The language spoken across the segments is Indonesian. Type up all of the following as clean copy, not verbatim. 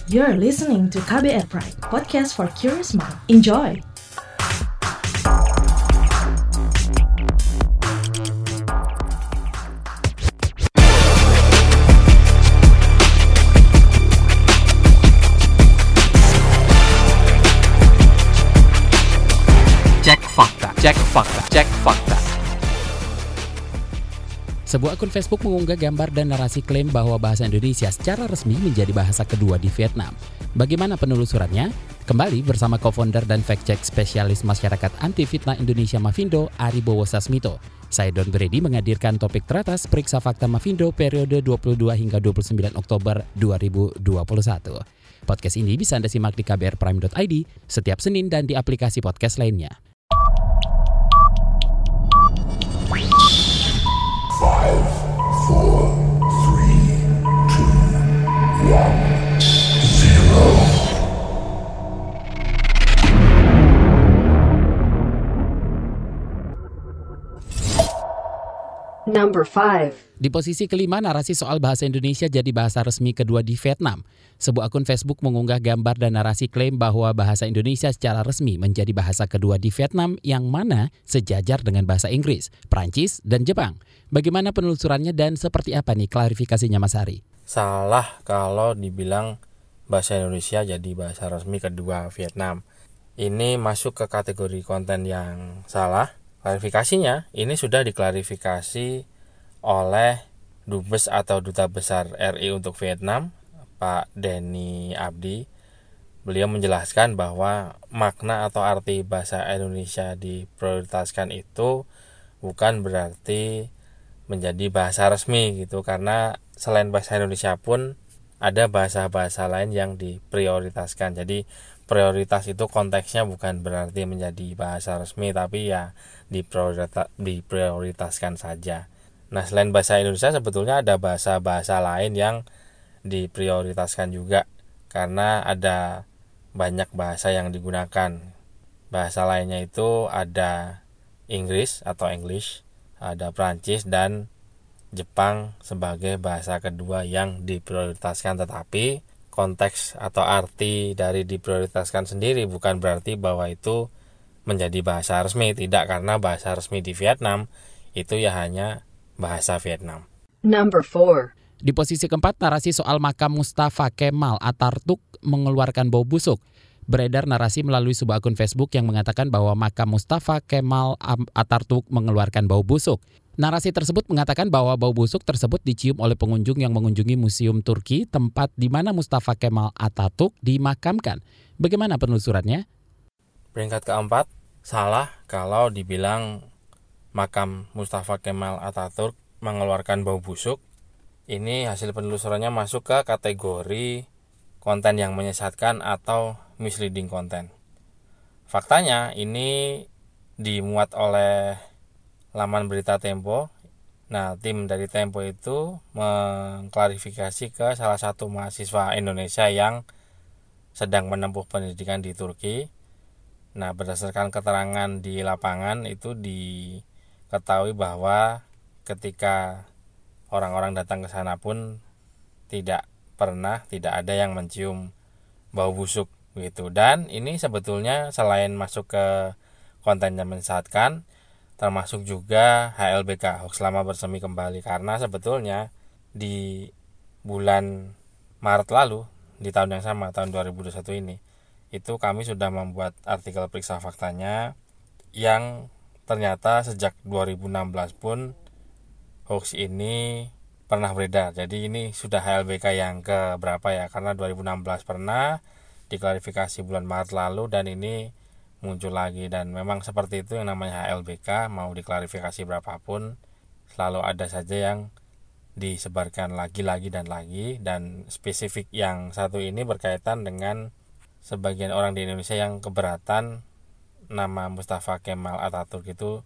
You're listening to KBR Pride, podcast for curious mind. Enjoy! Cek fakta. Sebuah akun Facebook mengunggah gambar dan narasi klaim bahwa bahasa Indonesia secara resmi menjadi bahasa kedua di Vietnam. Bagaimana penelusurannya? Kembali bersama co-founder dan fact-check spesialis masyarakat anti fitnah Indonesia Mafindo, Aribowo Sasmito. Saya Don Brady menghadirkan topik teratas Periksa Fakta Mafindo periode 22 hingga 29 Oktober 2021. Podcast ini bisa Anda simak di kbrprime.id setiap Senin dan di aplikasi podcast lainnya. 5, 4, 3, 2, 1, 0. Number 5. Di posisi kelima, narasi soal bahasa Indonesia jadi bahasa resmi kedua di Vietnam. Sebuah akun Facebook mengunggah gambar dan narasi klaim bahwa bahasa Indonesia secara resmi menjadi bahasa kedua di Vietnam yang mana sejajar dengan bahasa Inggris, Prancis, dan Jepang. Bagaimana penelusurannya dan seperti apa nih klarifikasinya Mas Ari? Salah kalau dibilang bahasa Indonesia jadi bahasa resmi kedua Vietnam. Ini masuk ke kategori konten yang salah. Klarifikasinya, ini sudah diklarifikasi oleh Dubes atau Duta Besar RI untuk Vietnam, Pak Denny Abdi. Beliau menjelaskan bahwa makna atau arti bahasa Indonesia diprioritaskan itu bukan berarti menjadi bahasa resmi gitu, karena selain bahasa Indonesia pun ada bahasa-bahasa lain yang diprioritaskan. Jadi prioritas itu konteksnya bukan berarti menjadi bahasa resmi, tapi ya diprioritaskan saja. Nah, selain bahasa Indonesia sebetulnya ada bahasa-bahasa lain yang diprioritaskan juga, karena ada banyak bahasa yang digunakan. Bahasa lainnya itu ada Inggris atau English, ada Prancis dan Jepang sebagai bahasa kedua yang diprioritaskan, tetapi konteks atau arti dari diprioritaskan sendiri bukan berarti bahwa itu menjadi bahasa resmi. Tidak, karena bahasa resmi di Vietnam itu ya hanya bahasa Vietnam. Number 4. Di posisi keempat, narasi soal makam Mustafa Kemal Atatürk mengeluarkan bau busuk. Beredar narasi melalui sebuah akun Facebook yang mengatakan bahwa makam Mustafa Kemal Atatürk mengeluarkan bau busuk. Narasi tersebut mengatakan bahwa bau busuk tersebut dicium oleh pengunjung yang mengunjungi Museum Turki, tempat di mana Mustafa Kemal Atatürk dimakamkan. Bagaimana penelusurannya? Peringkat keempat, salah kalau dibilang makam Mustafa Kemal Atatürk mengeluarkan bau busuk. Ini hasil penelusurannya masuk ke kategori konten yang menyesatkan atau misleading content. Faktanya ini dimuat oleh laman berita Tempo. Nah, tim dari Tempo itu mengklarifikasi ke salah satu mahasiswa Indonesia yang sedang menempuh pendidikan di Turki. Nah, berdasarkan keterangan di lapangan itu diketahui bahwa ketika orang-orang datang ke sana pun tidak ada yang mencium bau busuk gitu. Dan ini sebetulnya selain masuk ke konten yang menyesatkan, termasuk juga HLBK, hoax lama bersemi kembali, karena sebetulnya di bulan Maret lalu, di tahun yang sama, tahun 2021 ini, itu kami sudah membuat artikel periksa faktanya yang ternyata sejak 2016 pun hoax ini pernah beredar. Jadi ini sudah HLBK yang ke berapa ya, karena 2016 pernah diklarifikasi bulan Maret lalu dan ini muncul lagi. Dan memang seperti itu yang namanya HLBK, mau diklarifikasi berapapun selalu ada saja yang disebarkan lagi dan spesifik yang satu ini berkaitan dengan sebagian orang di Indonesia yang keberatan nama Mustafa Kemal Atatürk itu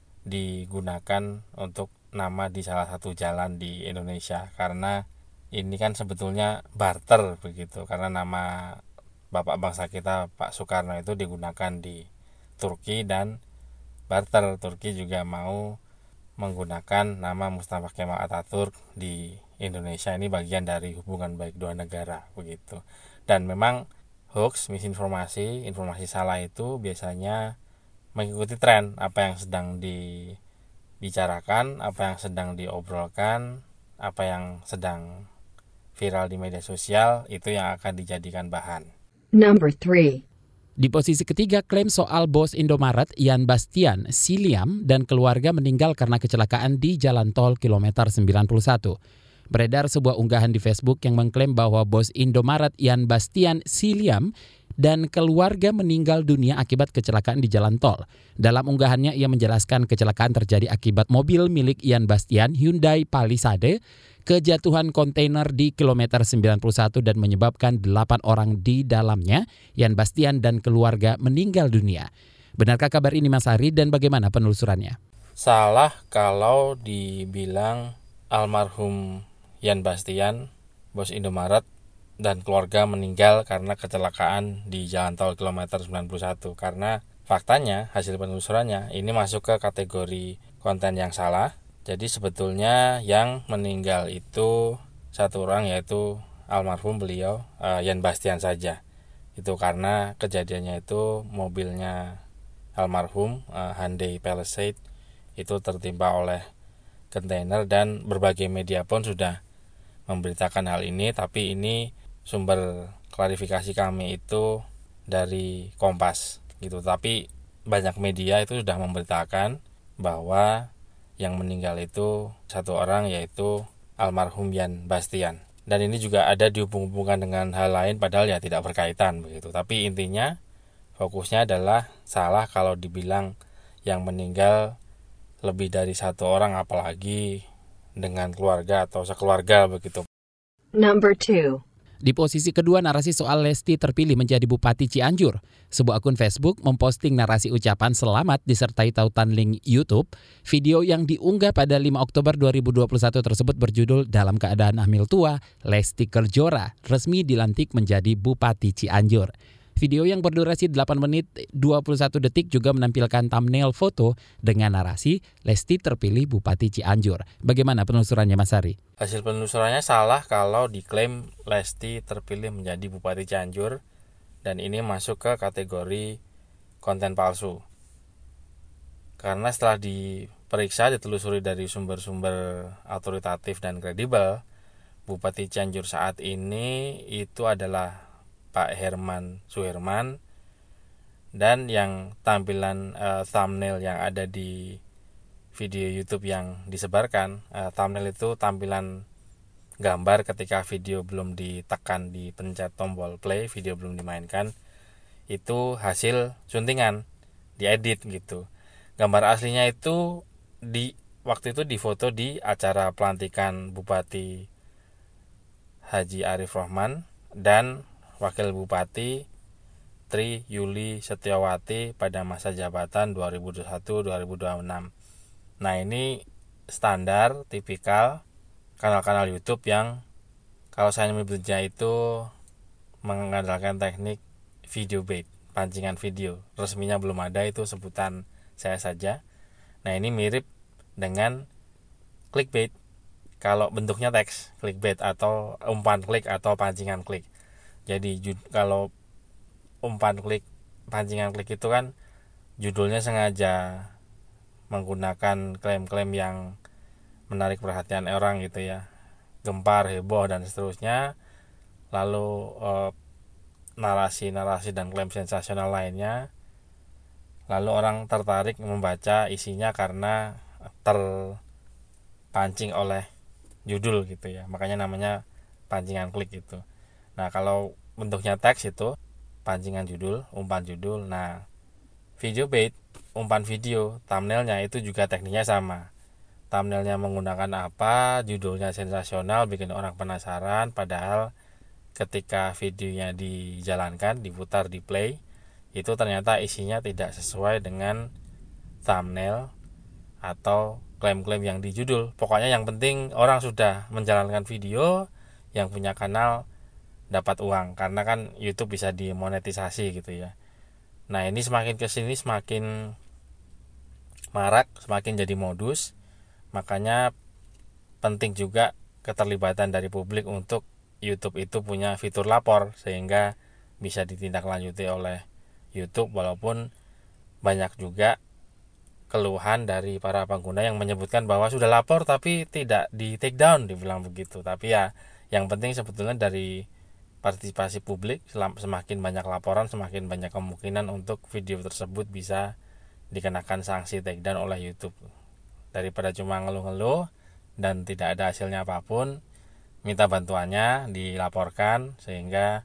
digunakan untuk nama di salah satu jalan di Indonesia, karena ini kan sebetulnya barter begitu, karena nama bapak bangsa kita Pak Soekarno itu digunakan di Turki dan barter Turki juga mau menggunakan nama Mustafa Kemal Atatürk di Indonesia ini bagian dari hubungan baik dua negara begitu. Dan memang hoax, misinformasi, informasi salah itu biasanya mengikuti tren apa yang sedang dibicarakan, apa yang sedang diobrolkan, apa yang sedang viral di media sosial, itu yang akan dijadikan bahan. Number 3. Di posisi ketiga, klaim soal bos Indomaret Ian Bastian Siliam dan keluarga meninggal karena kecelakaan di Jalan Tol kilometer 91. Beredar sebuah unggahan di Facebook yang mengklaim bahwa bos Indomaret Ian Bastian Siliam dan keluarga meninggal dunia akibat kecelakaan di jalan tol. Dalam unggahannya ia menjelaskan kecelakaan terjadi akibat mobil milik Ian Bastian Hyundai Palisade kejatuhan kontainer di kilometer 91 dan menyebabkan 8 orang di dalamnya, Ian Bastian dan keluarga meninggal dunia. Benarkah kabar ini Mas Ari dan bagaimana penelusurannya? Salah kalau dibilang almarhum Ian Bastian, bos Indomaret, dan keluarga meninggal karena kecelakaan di jalan tol kilometer 91. Karena faktanya, hasil penelusurannya, ini masuk ke kategori konten yang salah. Jadi sebetulnya yang meninggal itu satu orang, yaitu almarhum beliau Ian Bastian saja. Itu karena kejadiannya itu mobilnya almarhum Hyundai Palisade itu tertimpa oleh kontainer dan berbagai media pun sudah memberitakan hal ini. Tapi ini sumber klarifikasi kami itu dari Kompas gitu. Tapi banyak media itu sudah memberitakan bahwa yang meninggal itu satu orang, yaitu almarhum Ian Bastian. Dan ini juga ada dihubung-hubungkan dengan hal lain padahal ya tidak berkaitan begitu. Tapi intinya fokusnya adalah salah kalau dibilang yang meninggal lebih dari satu orang, apalagi dengan keluarga atau sekeluarga begitu. Number 2. Di posisi kedua, narasi soal Lesti terpilih menjadi Bupati Cianjur. Sebuah akun Facebook memposting narasi ucapan selamat disertai tautan link YouTube. Video yang diunggah pada 5 Oktober 2021 tersebut berjudul "Dalam Keadaan Hamil Tua, Lesti Kejora resmi dilantik menjadi Bupati Cianjur". Video yang berdurasi 8 menit 21 detik juga menampilkan thumbnail foto dengan narasi Lesti terpilih Bupati Cianjur. Bagaimana penelusurannya Mas Ari? Hasil penelusurannya salah kalau diklaim Lesti terpilih menjadi Bupati Cianjur, dan ini masuk ke kategori konten palsu. Karena setelah diperiksa, ditelusuri dari sumber-sumber autoritatif dan kredibel, Bupati Cianjur saat ini itu adalah Pak Herman Suherman, dan yang tampilan thumbnail yang ada di video YouTube yang disebarkan, thumbnail itu tampilan gambar ketika video belum ditekan, dipencet tombol play, video belum dimainkan, itu hasil suntingan, diedit gitu. Gambar aslinya itu waktu itu difoto di acara pelantikan Bupati Haji Arif Rahman dan Wakil Bupati Tri Yuli Setiawati pada masa jabatan 2021-2026. Nah, ini standar tipikal kanal-kanal YouTube yang kalau saya menyebutnya itu mengandalkan teknik video bait, pancingan video. Resminya belum ada, itu sebutan saya saja. Nah, ini mirip dengan clickbait. Kalau bentuknya teks, clickbait atau umpan klik atau pancingan klik. Jadi kalau umpan klik, pancingan klik itu kan judulnya sengaja menggunakan klaim-klaim yang menarik perhatian orang gitu ya, gempar, heboh dan seterusnya. Lalu narasi-narasi dan klaim sensasional lainnya, lalu orang tertarik membaca isinya karena terpancing oleh judul gitu ya, makanya namanya pancingan klik gitu. Nah, kalau bentuknya teks itu pancingan judul, umpan judul. Nah, video bait, umpan video, thumbnailnya itu juga tekniknya sama. Thumbnailnya menggunakan apa, judulnya sensasional, bikin orang penasaran, padahal ketika videonya dijalankan, diputar, di play, itu ternyata isinya tidak sesuai dengan thumbnail atau klaim-klaim yang di judul. Pokoknya yang penting orang sudah menjalankan video, yang punya kanal dapat uang, karena kan YouTube bisa dimonetisasi gitu ya. Nah, ini semakin kesini semakin marak, semakin jadi modus. Makanya penting juga keterlibatan dari publik untuk YouTube itu punya fitur lapor sehingga bisa ditindaklanjuti oleh YouTube, walaupun banyak juga keluhan dari para pengguna yang menyebutkan bahwa sudah lapor tapi tidak di take down, dibilang begitu. Tapi ya yang penting sebetulnya dari partisipasi publik, semakin banyak laporan semakin banyak kemungkinan untuk video tersebut bisa dikenakan sanksi take down oleh YouTube. Daripada cuma ngeluh-ngeluh dan tidak ada hasilnya apapun, minta bantuannya dilaporkan sehingga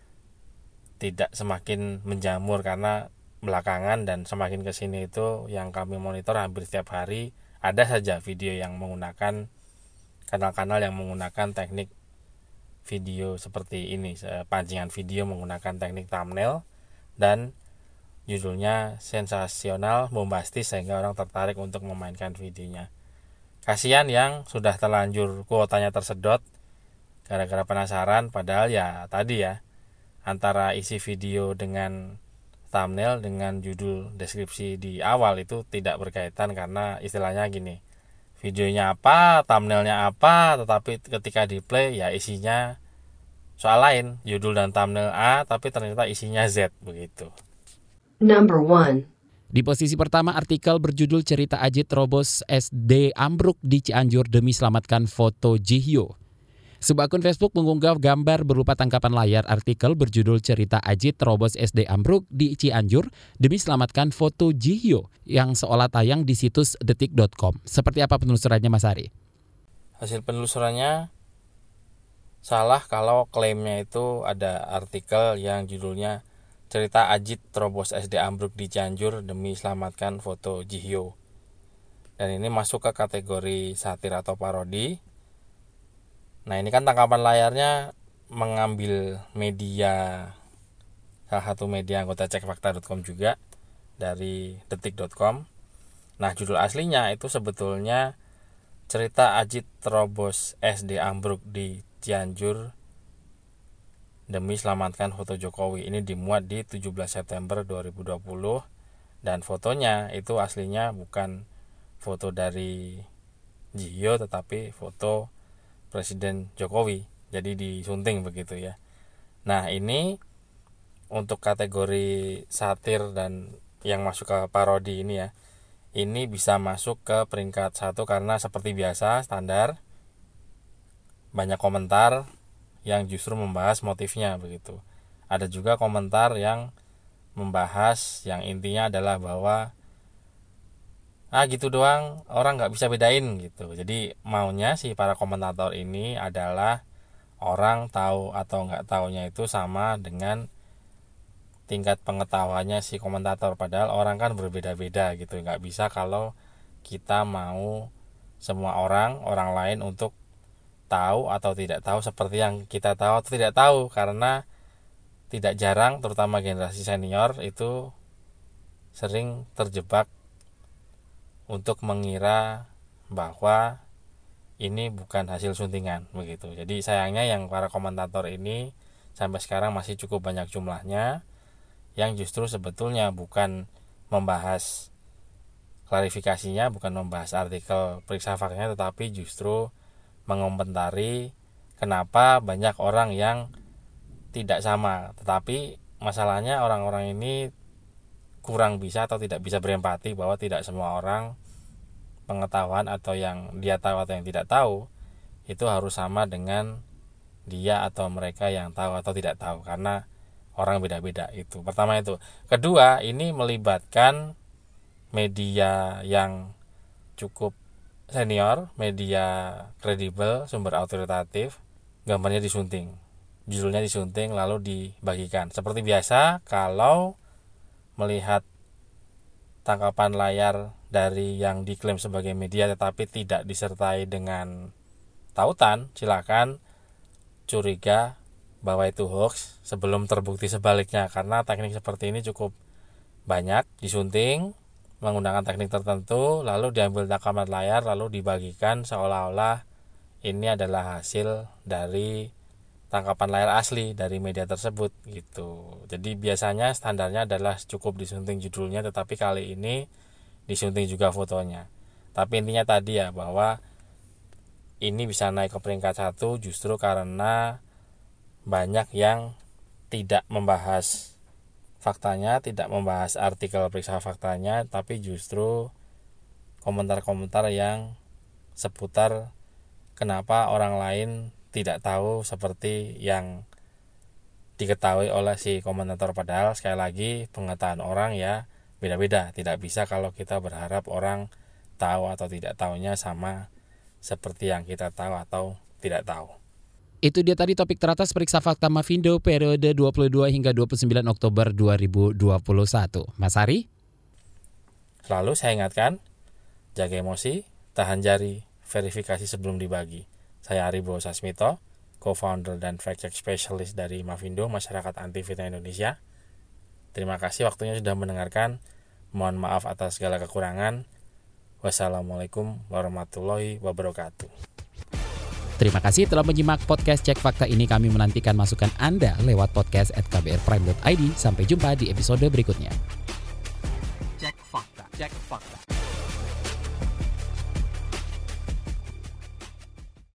tidak semakin menjamur, karena belakangan dan semakin kesini itu yang kami monitor hampir setiap hari ada saja video yang menggunakan kanal-kanal yang menggunakan teknik video seperti ini, pancingan video menggunakan teknik thumbnail dan judulnya sensasional, bombastis sehingga orang tertarik untuk memainkan videonya. Kasihan yang sudah terlanjur kuotanya tersedot gara-gara penasaran, padahal ya tadi ya, antara isi video dengan thumbnail dengan judul deskripsi di awal itu tidak berkaitan, karena istilahnya gini, videonya apa, thumbnailnya apa, tetapi ketika di play ya isinya soal lain, judul dan thumbnail A tapi ternyata isinya Z, begitu. Number 1. Di posisi pertama artikel berjudul Cerita Ajit Robos SD Ambruk di Cianjur demi selamatkan foto Jihyo. Sebuah akun Facebook mengunggah gambar berupa tangkapan layar artikel berjudul Cerita Ajit Robos SD Ambruk di Cianjur demi selamatkan foto Jihyo yang seolah tayang di situs detik.com. Seperti apa penelusurannya, Mas Ari? Hasil penelusurannya salah kalau klaimnya itu ada artikel yang judulnya Cerita Ajit Robos SD Ambruk di Cianjur demi selamatkan foto Jihyo. Dan ini masuk ke kategori satir atau parodi. Nah, ini kan tangkapan layarnya mengambil media, salah satu media anggota cekfakta.com juga, dari detik.com. Nah, judul aslinya itu sebetulnya Cerita Ajit Robos SD Ambruk di Cianjur demi selamatkan foto Jokowi. Ini dimuat di 17 September 2020 dan fotonya itu aslinya bukan foto dari Jihyo tetapi foto Presiden Jokowi, jadi disunting begitu ya. Nah, ini untuk kategori satir dan yang masuk ke parodi ini ya, ini bisa masuk ke peringkat 1 karena seperti biasa standar banyak komentar yang justru membahas motifnya begitu. Ada juga komentar yang membahas yang intinya adalah bahwa gitu doang orang nggak bisa bedain gitu. Jadi maunya si para komentator ini adalah orang tahu atau nggak taunya itu sama dengan tingkat pengetahuannya si komentator, padahal orang kan berbeda-beda gitu. Nggak bisa kalau kita mau semua orang lain untuk tahu atau tidak tahu seperti yang kita tahu atau tidak tahu, karena tidak jarang terutama generasi senior itu sering terjebak untuk mengira bahwa ini bukan hasil suntingan begitu. Jadi sayangnya yang para komentator ini sampai sekarang masih cukup banyak jumlahnya yang justru sebetulnya bukan membahas klarifikasinya, bukan membahas artikel periksa faktanya, tetapi justru mengomentari kenapa banyak orang yang tidak sama. Tetapi masalahnya orang-orang ini kurang bisa atau tidak bisa berempati bahwa tidak semua orang pengetahuan atau yang dia tahu atau yang tidak tahu itu harus sama dengan dia atau mereka yang tahu atau tidak tahu, karena orang beda-beda. Itu pertama. Itu kedua, ini melibatkan media yang cukup senior, media kredibel, sumber autoritatif. Gambarnya disunting, judulnya disunting lalu dibagikan. Seperti biasa kalau melihat tangkapan layar dari yang diklaim sebagai media tetapi tidak disertai dengan tautan, silakan curiga bahwa itu hoax sebelum terbukti sebaliknya, karena teknik seperti ini cukup banyak disunting menggunakan teknik tertentu lalu diambil tangkapan layar lalu dibagikan seolah-olah ini adalah hasil dari tangkapan layar asli dari media tersebut gitu. Jadi biasanya standarnya adalah cukup disunting judulnya, tetapi kali ini disunting juga fotonya. Tapi intinya tadi ya, bahwa ini bisa naik ke peringkat 1 justru karena banyak yang tidak membahas faktanya, tidak membahas artikel periksa faktanya, tapi justru komentar-komentar yang seputar kenapa orang lain tidak tahu seperti yang diketahui oleh si komentator. Padahal sekali lagi pengetahuan orang ya beda-beda. Tidak bisa kalau kita berharap orang tahu atau tidak tahunya sama seperti yang kita tahu atau tidak tahu. Itu dia tadi topik teratas periksa fakta Mavindo periode 22 hingga 29 Oktober 2021. Mas Ari? Selalu saya ingatkan, jaga emosi, tahan jari, verifikasi sebelum dibagi. Saya Ari Bowo Sasmito, co-founder dan fact-check specialist dari Mavindo, Masyarakat Anti Fitnah Indonesia. Terima kasih waktunya sudah mendengarkan. Mohon maaf atas segala kekurangan. Wassalamualaikum warahmatullahi wabarakatuh. Terima kasih telah menyimak podcast Cek Fakta ini. Kami menantikan masukan Anda lewat podcast@kbrprime.id. Sampai jumpa di episode berikutnya. Cek Fakta.